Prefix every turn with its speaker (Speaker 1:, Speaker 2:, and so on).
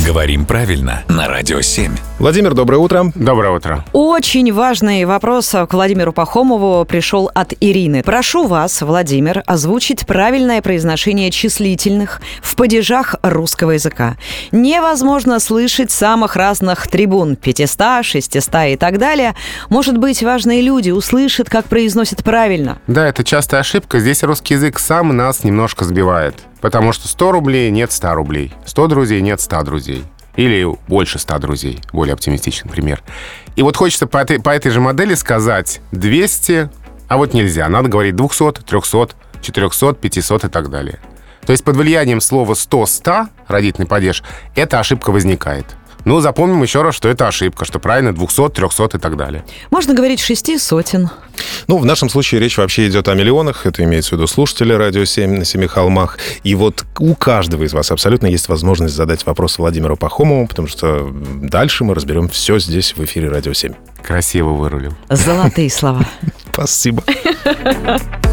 Speaker 1: Говорим правильно на Радио 7.
Speaker 2: Владимир, доброе утро.
Speaker 3: Доброе утро.
Speaker 4: Очень важный вопрос к Владимиру Пахомову пришел от Ирины. Прошу вас, Владимир, озвучить правильное произношение числительных в падежах русского языка. Невозможно слышать с самых разных трибун, 500, 600 и так далее. Может быть, важные люди услышат, как произносят правильно.
Speaker 3: Да, это частая ошибка. Здесь русский язык сам нас немножко сбивает. Потому что 100 рублей нет 100 рублей. 100 друзей нет 100 друзей. Или больше 100 друзей. Более оптимистичный пример. И вот хочется по этой же модели сказать 200, а вот нельзя. Надо говорить 200, 300, 400, 500 и так далее. То есть под влиянием слова 100-100, родительный падеж, эта ошибка возникает. Ну, запомним еще раз, что это ошибка, что правильно 200, 300 и так далее.
Speaker 4: Можно говорить 600.
Speaker 2: Ну, в нашем случае речь вообще идет о миллионах. Это имеется в виду слушатели Радио 7 на Семи холмах. И вот у каждого из вас абсолютно есть возможность задать вопрос Владимиру Пахомову, потому что дальше мы разберем все здесь, в эфире Радио 7.
Speaker 3: Красиво вырулил.
Speaker 4: Золотые слова.
Speaker 2: Спасибо.